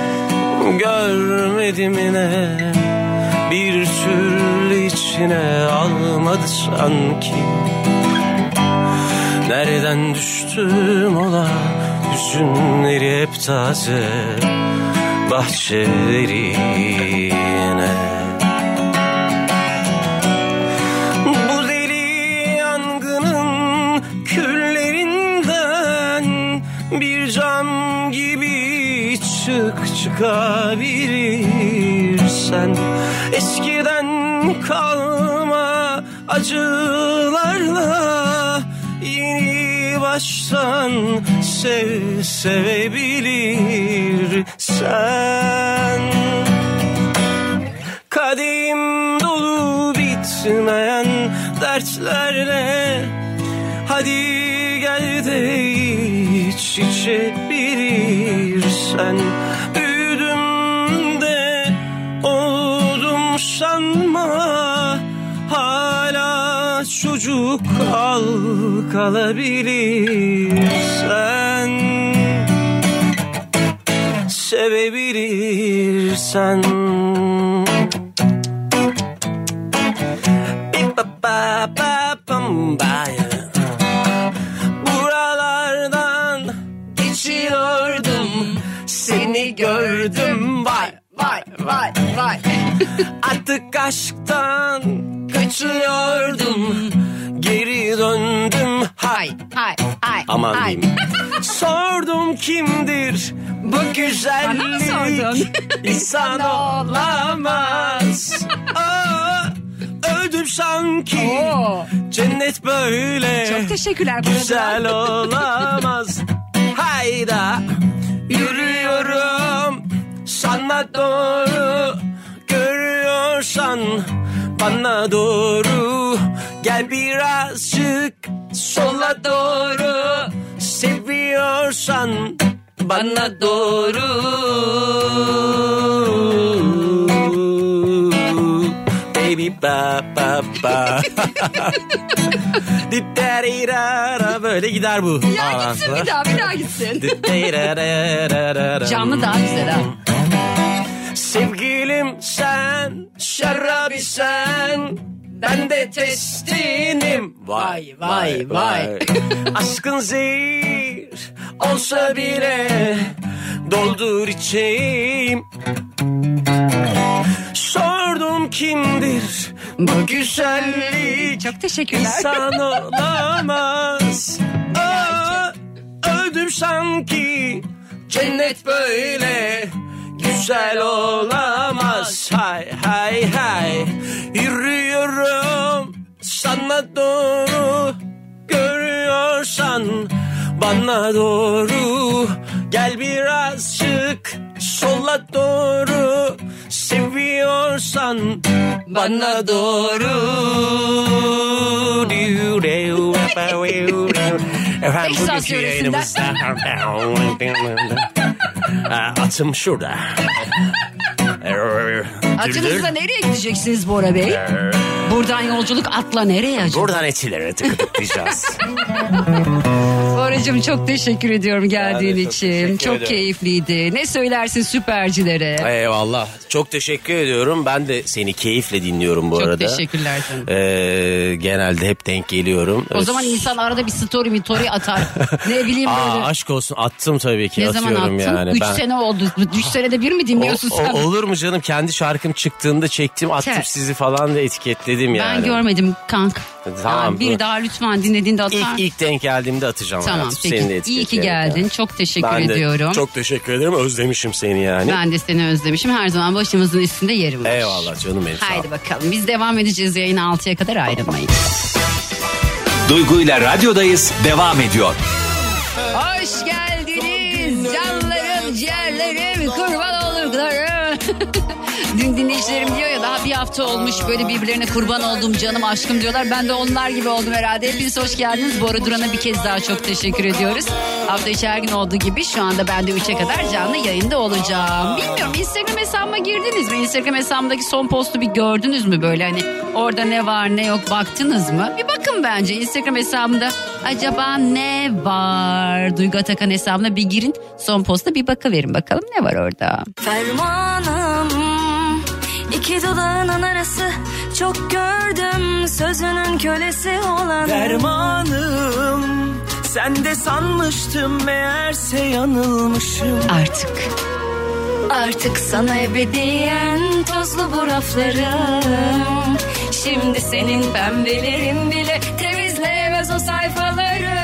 görmedim yine. Bir türlü içine almadı sanki. Nereden düştüm ola, hüzünleri hep taze bahçelerine. Bu deli yangının küllerinden bir cam gibi çık çıkabilirsen. Eskiden kalma acılarla yeni baştan sev sevebilirsen. Kadim dolu bitmeyen dertlerle hadi gel de iç içebilirsen. Büyüdüm de oldum sanma, hala çocuk al kalabilirsen. Sevebilirsen. Buralardan geçiyordum, seni gördüm, vay vay vay vay. Artık aşktan kaçıyordum, geri döndüm, hay hay hay. Aman hay. Diyeyim. Sordum kimdir bu güzellik, insan olamaz. Aa, öldüm sanki. Oo. Cennet böyle. Çok teşekkürler. Güzel olamaz. Hayda yürüyorum sana doğru, görüyorsan bana doğru gel, birazcık sola doğru, seviyorsan bana doğru. Baby ba ba ba. Böyle gider bu. Ya Aa, gitsin bir daha bir daha gitsin. Canlı daha güzel ha. Sevgilim sen, şarabi sen, ben de testinim. Vay vay vay. Aşkın zehir olsa bile doldur içeyim. Sordum kimdir bu güzellik, çok teşekkürler. İnsan olamaz. Aa, öldüm sanki, cennet böyle güzel olamaz. Hay hay hay. Yürüyorum sana doğru, görüyorsan bana doğru Gel birazcık sola doğru, seviyorsan bana doğru. Efendim bugünkü yayınımızda atım şurada. Atınızla nereye gideceksiniz Bora Bey? Buradan yolculuk atla nereye acaba? Buradan Etiler'e tıkıtlayacağız. Boracığım çok teşekkür ediyorum geldiğin çok için. Çok ederim. keyifliydi. Ne söylersin süpercilere? Eyvallah. Çok teşekkür ediyorum. Ben de seni keyifle dinliyorum bu çok arada. Çok teşekkürler canım. Ee, genelde hep denk geliyorum. O zaman insan arada bir story bir story atar. Ne bileyim Aa, böyle. aşk olsun, attım tabii ki. Ne atıyorum zaman attın? yani. Üç ben... sene oldu. Üç senede bir mi dinliyorsun o, sen? O, olur mu canım? Kendi şarkım çıktığında çektim, attım Ke- sizi falan da etiketledim yani. Ben görmedim kank. Tamam. Yani bir daha lütfen dinlediğinde atar. İlk, ilk denk geldiğimde atacağım. Tamam hayatım. peki. Seni de İyi ki geldin. Yani. Çok teşekkür ben ediyorum. De çok teşekkür ederim. Özlemişim seni yani. Ben de seni özlemişim. Her zaman başımızın üstünde yerim var. Eyvallah canım benim. Haydi bakalım. Biz devam edeceğiz yayına altıya kadar, ayrılmayın. Duygu ile radyodayız devam ediyor. Hoş geldiniz canlarım, ciğerlerim, kurban olduklarım. Dün dinleyicilerim diyor ya, daha bir hafta olmuş böyle birbirlerine kurban olduğum canım aşkım diyorlar. Ben de onlar gibi oldum herhalde. Hepiniz hoş geldiniz. Bora Duran'a bir kez daha çok teşekkür ediyoruz. Hafta içi her gün olduğu gibi şu anda ben de üçe kadar canlı yayında olacağım. Bilmiyorum, Instagram hesabıma girdiniz mi? Instagram hesabımdaki son postu bir gördünüz mü böyle, hani orada ne var ne yok baktınız mı? Bir bakın bence Instagram hesabımda acaba ne var? Duygu Atakan hesabına bir girin, son posta bir bakıverin bakalım ne var orada. Fermanım İki dudağının arası, çok gördüm sözünün kölesi olan. Dermanım, sen de sanmıştım meğerse yanılmışım. Artık Artık sana ebediyen tozlu bu raflarım. Şimdi senin pembelerin bile temizleyemez o sayfaları.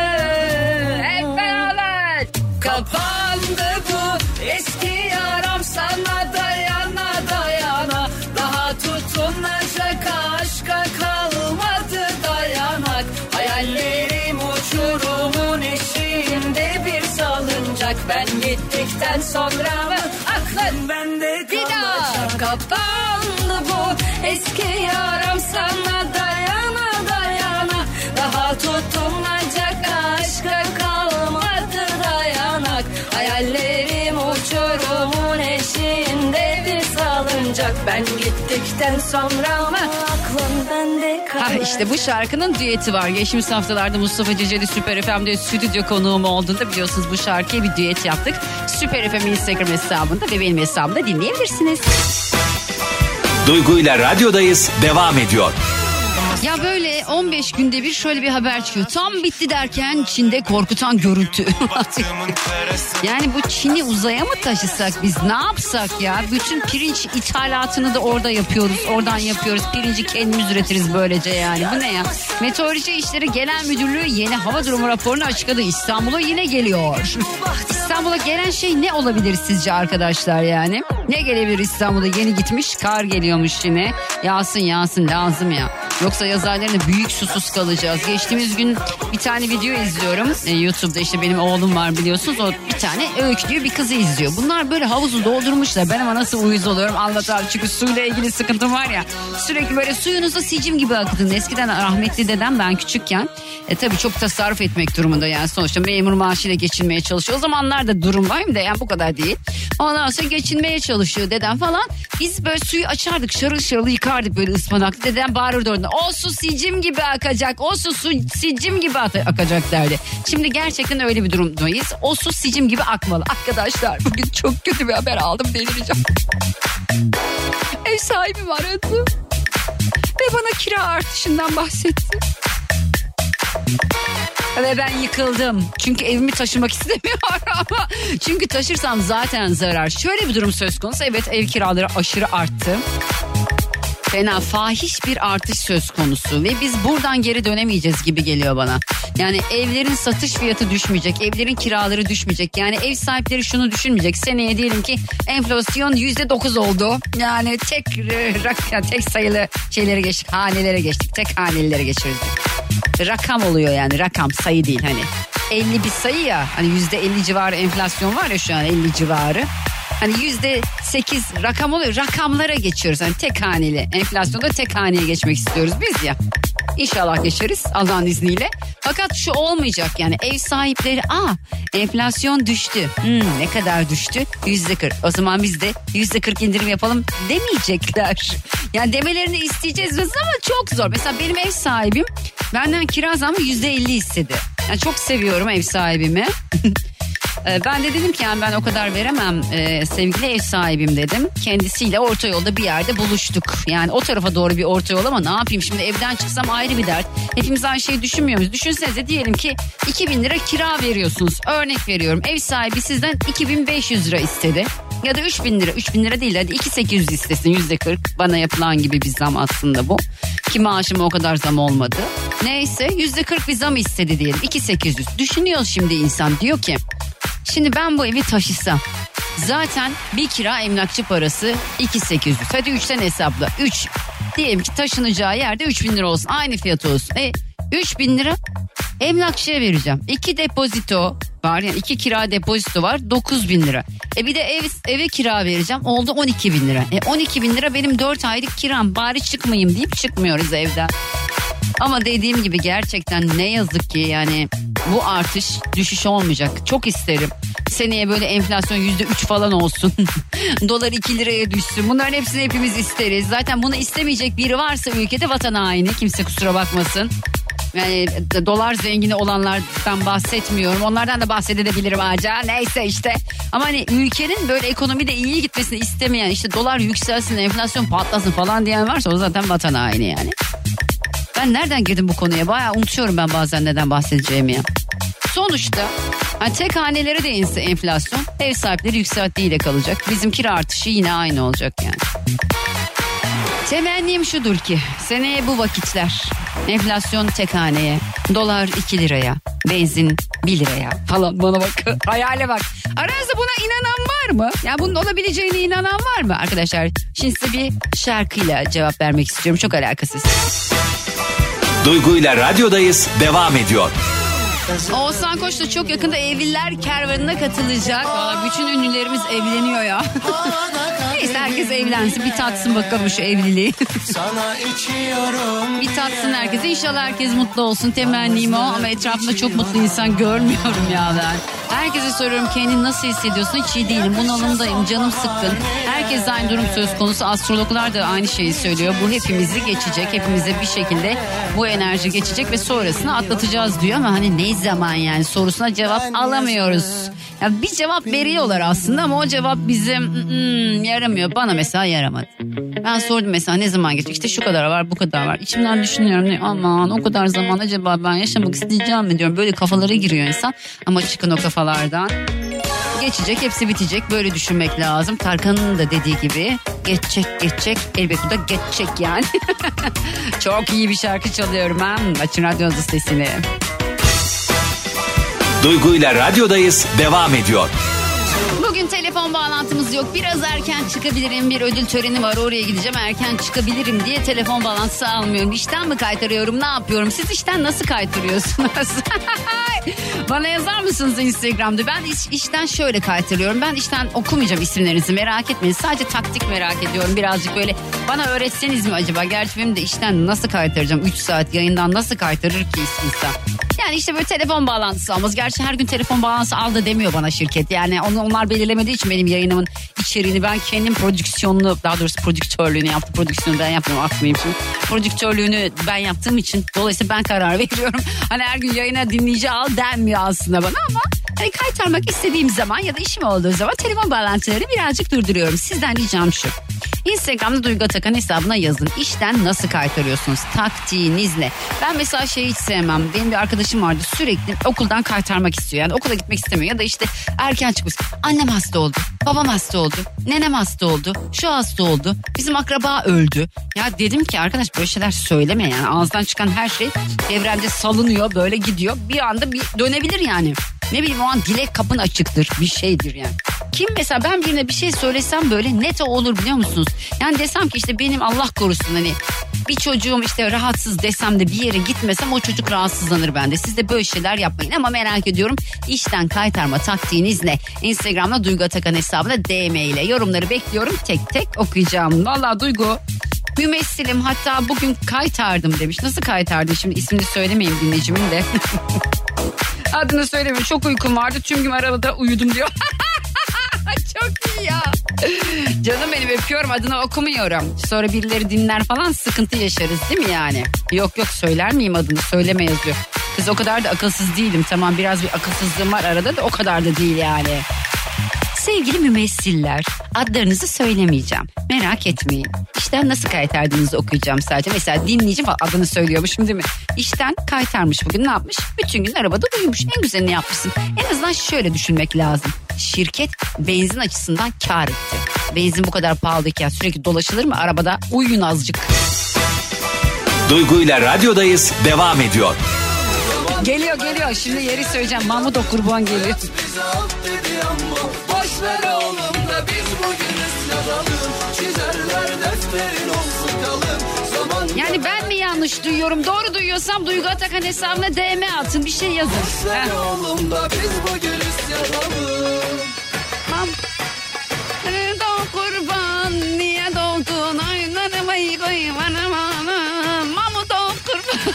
Hep beraber. Kapandı bu eski yaram, sana dayana dayana. Daha tutunacak aşka kalmadı dayanak. Hayallerim uçurumun eşiğinde bir salıncak. Ben gittikten sonra mı aklın bende Bir daha. Kapandı bu eski yaram, sana dayana dayana. Daha tutunacak aşka kalmadı dayanak. Hayallerim uçurumun eşiğinde bir salıncak. Ben gittikten sonra mı aklım bende kalır. Ha işte bu şarkının düeti var. Geçtiğimiz haftalarda Mustafa Ceceli Süper F M'de stüdyo konuğum olduğunda biliyorsunuz bu şarkıya bir düet yaptık. Süper F M Instagram hesabında ve benim hesabımda dinleyebilirsiniz. Duygu ile radyodayız devam ediyor. Ya böyle on beş günde bir şöyle bir haber çıkıyor. Tam bitti derken Çin'de korkutan görüntü. Yani bu Çin'i uzaya mı taşısak biz, ne yapsak ya? Bütün pirinç ithalatını da orada yapıyoruz. Oradan yapıyoruz. Pirinci kendimiz üretiriz böylece yani. Bu ne ya? Meteoroloji İşleri Genel Müdürlüğü yeni hava durumu raporunu açıkladı. İstanbul'a yine geliyor. İstanbul'a gelen şey ne olabilir sizce arkadaşlar yani? Ne gelebilir İstanbul'a? Yeni gitmiş kar geliyormuş yine. Yağsın yağsın lazım ya. Yoksa yaz aylarında büyük susuz kalacağız. Geçtiğimiz gün bir tane video izliyorum. Ee, YouTube'da işte benim oğlum var biliyorsunuz. O bir tane öykülüyor, bir kızı izliyor. Bunlar böyle havuzu doldurmuşlar. Ben ama nasıl uyuz oluyorum anlatamam. Çünkü suyla ilgili sıkıntım var ya. Sürekli böyle suyunuzu sicim gibi akıtın. Eskiden rahmetli dedem ben küçükken e, tabii çok tasarruf etmek durumunda. Yani sonuçta memur maaşıyla geçinmeye çalışıyor. O zamanlar da durum var mı da yani bu kadar değil. Ondan sonra geçinmeye çalışıyor dedem falan. Biz böyle suyu açardık, şarıl şarıl yıkardık böyle ıspanaklı. Dedem bağırırdı orada. O su sicim gibi akacak. O su, su sicim gibi akacak derdi. Şimdi gerçekten öyle bir durumdayız. O su sicim gibi akmalı. Arkadaşlar bugün çok kötü bir haber aldım, delireceğim. Ev sahibim aradı. Ve bana kira artışından bahsetti. Ve ben yıkıldım. Çünkü evimi taşımak istemiyorum ama. Çünkü taşırsam zaten zarar. Şöyle bir durum söz konusu. Evet, ev kiraları aşırı arttı. Fena, fahiş bir artış söz konusu ve biz buradan geri dönemeyeceğiz gibi geliyor bana. Yani evlerin satış fiyatı düşmeyecek, evlerin kiraları düşmeyecek. Yani ev sahipleri şunu düşünmeyecek. Seneye diyelim ki enflasyon yüzde dokuz oldu. Yani tek yani tek sayılı şeylere geçtik, hanelere geçtik, tek hanelere geçiyoruz. Rakam oluyor yani, rakam, sayı değil hani. elli bir sayı ya. Hani yüzde elli civarı enflasyon var ya şu an, elli civarı. Hani yüzde sekiz rakam oluyor. Rakamlara geçiyoruz. Hani tek haneli. Enflasyonda tek haneye geçmek istiyoruz biz ya. İnşallah geçeriz Allah'ın izniyle. Fakat şu olmayacak yani, ev sahipleri aa enflasyon düştü. Hmm, ne kadar düştü? yüzde kırk. O zaman biz de yüzde kırk indirim yapalım demeyecekler. Yani demelerini isteyeceğiz ama çok zor. Mesela benim ev sahibim benden kira zammı yüzde elli istedi. Yani çok seviyorum ev sahibimi. Ben de dedim ki yani ben o kadar veremem ee, sevgili ev sahibim dedim. Kendisiyle orta yolda bir yerde buluştuk. Yani o tarafa doğru bir orta yol ama ne yapayım şimdi, evden çıksam ayrı bir dert. Hepimiz aynı şeyi düşünmüyor muyuz? Düşünsenize, diyelim ki iki bin lira kira veriyorsunuz. Örnek veriyorum, ev sahibi sizden iki bin beş yüz lira istedi. Ya da üç bin lira, üç bin lira değil hadi iki bin sekiz yüz istesin, yüzde kırk bana yapılan gibi bir zam aslında bu. Ki maaşıma o kadar zam olmadı. Neyse yüzde kırk bir zam istedi diyelim, iki bin sekiz yüz. Düşünüyor şimdi insan, diyor ki şimdi ben bu evi taşısam zaten bir kira emlakçı parası iki bin sekiz yüz. Hadi üçten hesapla. üç diyelim ki taşınacağı yerde üç bin lira olsun. Aynı fiyatı olsun. E üç bin lira emlakçıya vereceğim. iki depozito var, yani iki kira depozito var, dokuz bin lira. E bir de ev, eve kira vereceğim, oldu on iki bin lira. E on iki bin lira benim dört aylık kiram, bari çıkmayayım deyip çıkmıyoruz evden. Ama dediğim gibi gerçekten ne yazık ki yani bu artış düşüş olmayacak. Çok isterim seneye böyle enflasyon yüzde üç falan olsun. Dolar iki liraya düşsün. Bunların hepsini hepimiz isteriz. Zaten bunu istemeyecek biri varsa ülkede vatan haini. Kimse kusura bakmasın. Yani dolar zengini olanlardan bahsetmiyorum. Onlardan da bahsedebilirim aca. Neyse işte. Ama hani ülkenin böyle ekonomide iyi gitmesini istemeyen, işte dolar yükselsin, enflasyon patlasın falan diyen varsa o zaten vatan haini yani. Ben nereden girdim bu konuya? Bayağı unutuyorum ben bazen neden bahsedeceğimi ya. Sonuçta hani tek hanelere de inse enflasyon, ev sahipleri yükselttiğiyle kalacak. Bizim kira artışı yine aynı olacak yani. Temennim şudur ki seneye bu vakitler enflasyon tek haneye, dolar iki liraya, benzin bir liraya falan, bana bak. Hayale bak. Aranızda buna inanan var mı? Yani bunun olabileceğine inanan var mı arkadaşlar? Şimdi size bir şarkıyla cevap vermek istiyorum. Çok alakasız. Duygu ile radyodayız devam ediyor. Oğuzhan Koç da çok yakında evliler kervanına katılacak. Vallahi bütün ünlülerimiz evleniyor ya. Neyse herkes evlensin, bir tatsın bakalım şu evliliği. Bir tatsın herkes. İnşallah herkes mutlu olsun, temennim o. Ama etrafımda çok mutlu insan görmüyorum ya ben. Herkese soruyorum, kendini nasıl hissediyorsun? Hiç iyi değilim, bunalımdayım, canım sıkkın. Herkes aynı durum söz konusu. Astrologlar da aynı şeyi söylüyor. Bu hepimizi geçecek. Hepimize bir şekilde bu enerji geçecek ve sonrasını atlatacağız diyor. Ama hani ne zaman yani sorusuna cevap alamıyoruz. Ya bir cevap veriyorlar aslında ama o cevap bize mm, yaramıyor. Bana mesela yaramadı. Ben sordum mesela ne zaman geçecek? İşte şu kadar var, bu kadar var. İçimden düşünüyorum, ne aman o kadar zaman acaba ben yaşamak isteyeceğim mi diyorum. Böyle kafalara giriyor insan. Ama çıkın o kafalardan. Geçecek, hepsi bitecek. Böyle düşünmek lazım. Tarkan'ın da dediği gibi geçecek geçecek. Elbette bu da geçecek yani. Çok iyi bir şarkı çalıyorum ben. Açın radyonuzu sesini. Duygu ile radyodayız devam ediyor. Bugün telefon bağlantımız yok. Biraz erken çıkabilirim. Bir ödül töreni var, oraya gideceğim. Erken çıkabilirim diye telefon bağlantısı almıyorum. İşten mi kaytarıyorum, ne yapıyorum? Siz işten nasıl kaytarıyorsunuz? Bana yazar mısınız Instagram'da? Ben iş, işten şöyle kaytarıyorum. Ben işten okumayacağım isimlerinizi, merak etmeyin. Sadece taktik merak ediyorum. Birazcık böyle bana öğretseniz mi acaba? Gerçi benim de işten nasıl kaytaracağım? üç saat yayından nasıl kaytarır ki insan? Yani işte böyle telefon bağlantısı almaz. Gerçi her gün telefon bağlantısı al da demiyor bana şirket. Yani onu, onlar belirlemediği için benim yayınımın içeriğini ben kendim prodüksiyonunu, daha doğrusu prodüktörlüğünü yaptım. Prodüksiyonu ben yapmıyorum, atmayayım şimdi. Prodüktörlüğünü ben yaptığım için dolayısıyla ben karar veriyorum. Hani her gün yayına dinleyici al denmiyor aslında bana ama hani kaytarmak istediğim zaman ya da işim olduğu zaman telefon bağlantılarını birazcık durduruyorum. Sizden ricam şu. Instagram'da Duygu Atakan hesabına yazın. İşten nasıl kaytarıyorsunuz? Taktiğiniz ne? Ben mesela şeyi hiç sevmem. Benim bir arkadaşım vardı, sürekli okuldan kaytarmak istiyor. Yani okula gitmek istemiyor ya da işte erken çıkmış. Annem hasta oldu, babam hasta oldu, nenem hasta oldu, şu hasta oldu, bizim akraba öldü. Ya dedim ki arkadaş böyle şeyler söyleme yani. Ağızdan çıkan her şey evrende salınıyor, böyle gidiyor. Bir anda bir dönebilir yani. Ne bileyim o an dilek kapın açıktır, bir şeydir yani. Kim mesela ben birine bir şey söylesem böyle net olur biliyor musunuz? Yani desem ki işte benim Allah korusun hani Bir çocuğum işte rahatsız desem de bir yere gitmesem o çocuk rahatsızlanır bende. Siz de böyle şeyler yapmayın ama merak ediyorum. İşten kaytarma taktiğiniz ne? Instagram'da Duygu Atakan hesabına D M ile yorumları bekliyorum. Tek tek okuyacağım. Vallahi Duygu mümessilim, hatta bugün kaytardım demiş. Nasıl kaytardı? Şimdi ismini söylemeyeyim dinleyicimin de. Adını söylemiyorum. Çok uykum vardı. Tüm gün arabada uyudum diyor. Çok iyi ya. Canım benim, öpüyorum, adını okumuyorum. Sonra birileri dinler falan, sıkıntı yaşarız değil mi yani? Yok yok, söyler miyim adını, söyleme yazıyor. Kız o kadar da akılsız değilim, tamam biraz bir akılsızlığım var arada da o kadar da değil yani. Sevgili mümessiller, adlarınızı söylemeyeceğim. Merak etmeyin. İşten nasıl kaytardığınızı okuyacağım sadece. Mesela dinleyicim adını söylüyormuşum değil mi? İşten kaytarmış bugün, ne yapmış? Bütün gün arabada uyumuş. En güzelini yapmışsın. En azından şöyle düşünmek lazım. Şirket benzin açısından kar etti. Benzin bu kadar pahalıyken sürekli dolaşılır mı arabada? Uyuyun azıcık. Duygu ile radyodayız devam ediyor. Geliyor geliyor, şimdi yeri söyleyeceğim. Mahmut Okurban geliyor. Boşver oğlum da biz bugün ıslanalım. Çizerler defterin olsun kalın. Zaman yani ben mi yanlış duyuyorum? Doğru duyuyorsam Duygu Atakan hesabına D M atın, bir şey yazın. Boşver oğlum da biz bugün ıslanalım. Mam. Kurban niye doğdun? Aylarıma koy bana bana. Mahmut Okurban.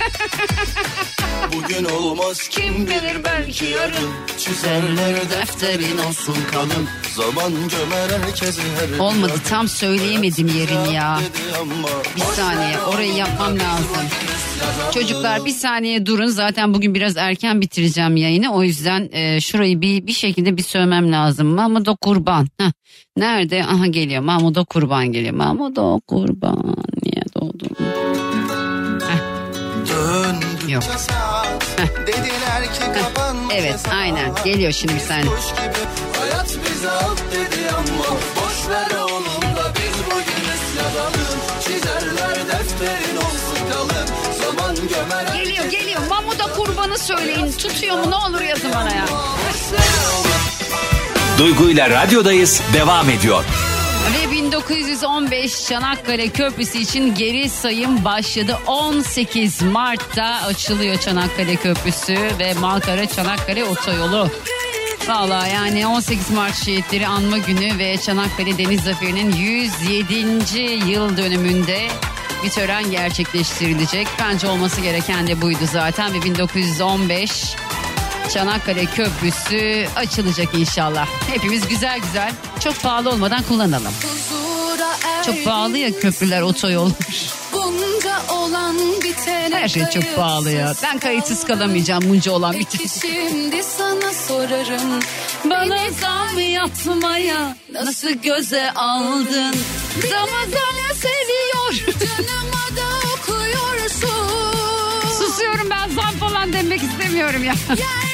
Bugün olmaz kim bilir belki yarın. Çizerler defterin olsun kalın. Zaman gömer herkesi her. Olmadı, tam söyleyemedim yerini ya. Bir saniye, orayı yapmam lazım. Çocuklar bir saniye durun, zaten bugün biraz erken bitireceğim yayını. O yüzden e, şurayı bir bir şekilde bir söylemem lazım. Mahmut Okurban. Heh. Nerede? Aha geliyor. Mahmut Okurban geliyor. Mahmut Okurban niye doğdun? Yok. Dediler ki kapanma. Evet aynen geliyor şimdi bir saniye. Hayat bize alt dedi ama boşver oğlum da biz bugün ıslanalım. Çizerler defterin olsun kalın. Zaman gömer. Geliyor geliyor. Mahmut'a kurbanı söyleyin. Tutuyor mu ne olur yazın bana ya. Duygu ile radyodayız devam ediyor. Ve bin dokuz yüz on beş Çanakkale Köprüsü için geri sayım başladı. on sekiz Mart'ta açılıyor Çanakkale Köprüsü ve Malkara Çanakkale Otoyolu. Valla yani on sekiz Mart Şehitleri Anma Günü ve Çanakkale Deniz Zaferi'nin yüz yedinci yıl dönümünde bir tören gerçekleştirilecek. Bence olması gereken de buydu zaten ve bin dokuz yüz on beş Çanakkale Köprüsü açılacak inşallah. Hepimiz güzel güzel, çok pahalı olmadan kullanalım. Çok pahalı ya köprüler, otoyol. Her şey çok pahalı ya. Ben kayıtsız kalamayacağım bunca olan biteni. Şimdi sana sorarım. Bana zam yapmaya nasıl göze aldın? Zaman zaman seviyor. Canıma da okuyorsun. Susuyorum, ben zam falan demek istemiyorum ya.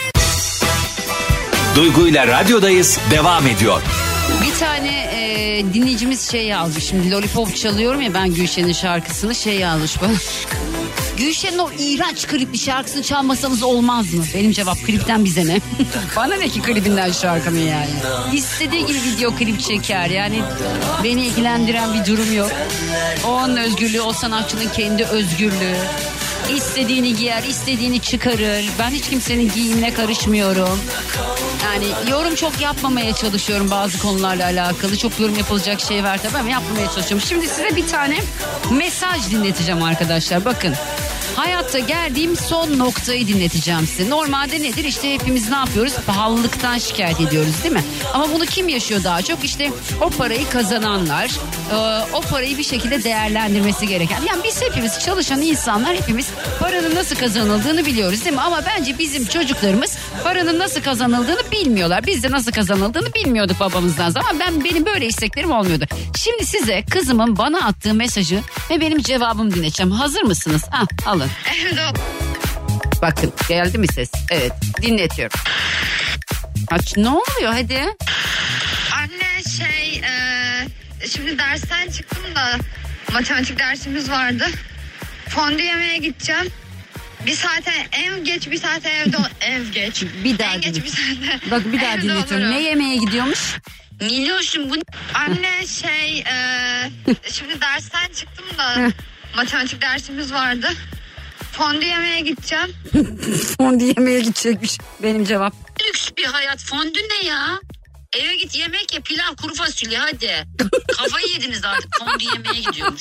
Duygu ile radyodayız devam ediyor. Bir tane e, dinleyicimiz şey yazmış. Şimdi Lollipop çalıyorum ya ben, Gülşen'in şarkısını şey yazmış bana. Gülşen'in o iğrenç klipli şarkısını çalmasanız olmaz mı? Benim cevap, klipten bize ne? Bana ne ki klibinden şarkımın yani. İstediği gibi video klip çeker yani, beni ilgilendiren bir durum yok. O onun özgürlüğü, o sanatçının kendi özgürlüğü. İstediğini giyer, istediğini çıkarır. Ben hiç kimsenin giyimine karışmıyorum. Yani yorum çok yapmamaya çalışıyorum bazı konularla alakalı. Çok yorum yapılacak şey var tabii ama yapmamaya çalışıyorum. Şimdi size bir tane mesaj dinleteceğim arkadaşlar. Bakın. Hayatta geldiğim son noktayı dinleteceğim size. Normalde nedir? İşte hepimiz ne yapıyoruz? Pahalılıktan şikayet ediyoruz değil mi? Ama bunu kim yaşıyor daha çok? İşte o parayı kazananlar, o parayı bir şekilde değerlendirmesi gereken. Yani biz hepimiz çalışan insanlar, hepimiz paranın nasıl kazanıldığını biliyoruz değil mi? Ama bence bizim çocuklarımız paranın nasıl kazanıldığını bilmiyorlar. Biz de nasıl kazanıldığını bilmiyorduk babamızdan. Ama ben benim böyle isteklerim olmuyordu. Şimdi size kızımın bana attığı mesajı ve benim cevabımı dinleteceğim. Hazır mısınız? Ah, alın. Bakın geldi mi ses? Evet, dinletiyorum. Aç, ne oluyor hadi? Anne şey e, şimdi dersten çıktım da matematik dersimiz vardı. Fondü yemeye gideceğim. Bir saate en geç bir saate evde ev geç. Bir daha en geç bir saate. Bak bir daha dinletiyorum. Ne yemeye gidiyormuş? Miloş'um bu anne şey e, şimdi dersten çıktım da matematik dersimiz vardı. Fondü yemeye gideceğim. Fondü yemeye gidecekmiş benim cevap. Lüks bir hayat, fondü ne ya? Eve git yemek ye, pilav, kuru fasulye hadi. Kafayı yediniz artık, fondü yemeye gidiyormuş.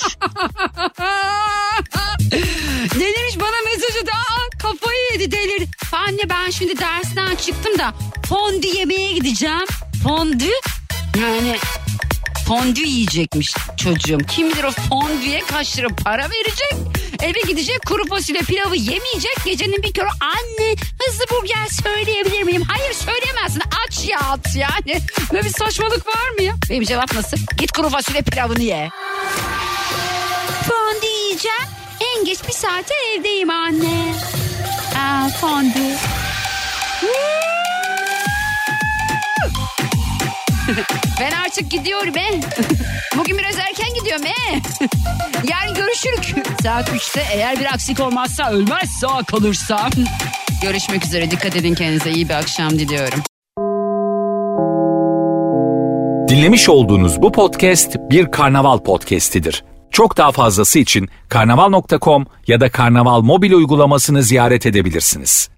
Ne demiş bana mesajı da? Aa, kafayı yedi, delirdi. Anne ben şimdi dersten çıktım da fondü yemeye gideceğim. Fondü yani fondü yiyecekmiş çocuğum. Kim bilir o fondüye kaç lira para verecek. Eve gidecek, kuru fasulye pilavı yemeyecek. Gecenin bir körü anne hızlı burger söyleyebilir miyim? Hayır söyleyemezsin, aç ya at yani. Böyle bir saçmalık var mı ya? Benim cevap nasıl? Git kuru fasulye pilavını ye. Fondü yiyeceğim. En geç bir saate evdeyim anne. Aa, fondü. Ben artık gidiyorum he. Bugün biraz erken gidiyorum he. Yarın görüşürük. Saat üçte eğer bir aksilik olmazsa, ölmez sağ kalırsam. Görüşmek üzere, dikkat edin kendinize, iyi bir akşam diliyorum. Dinlemiş olduğunuz bu podcast bir Karnaval podcastidir. Çok daha fazlası için karnaval nokta com ya da Karnaval mobil uygulamasını ziyaret edebilirsiniz.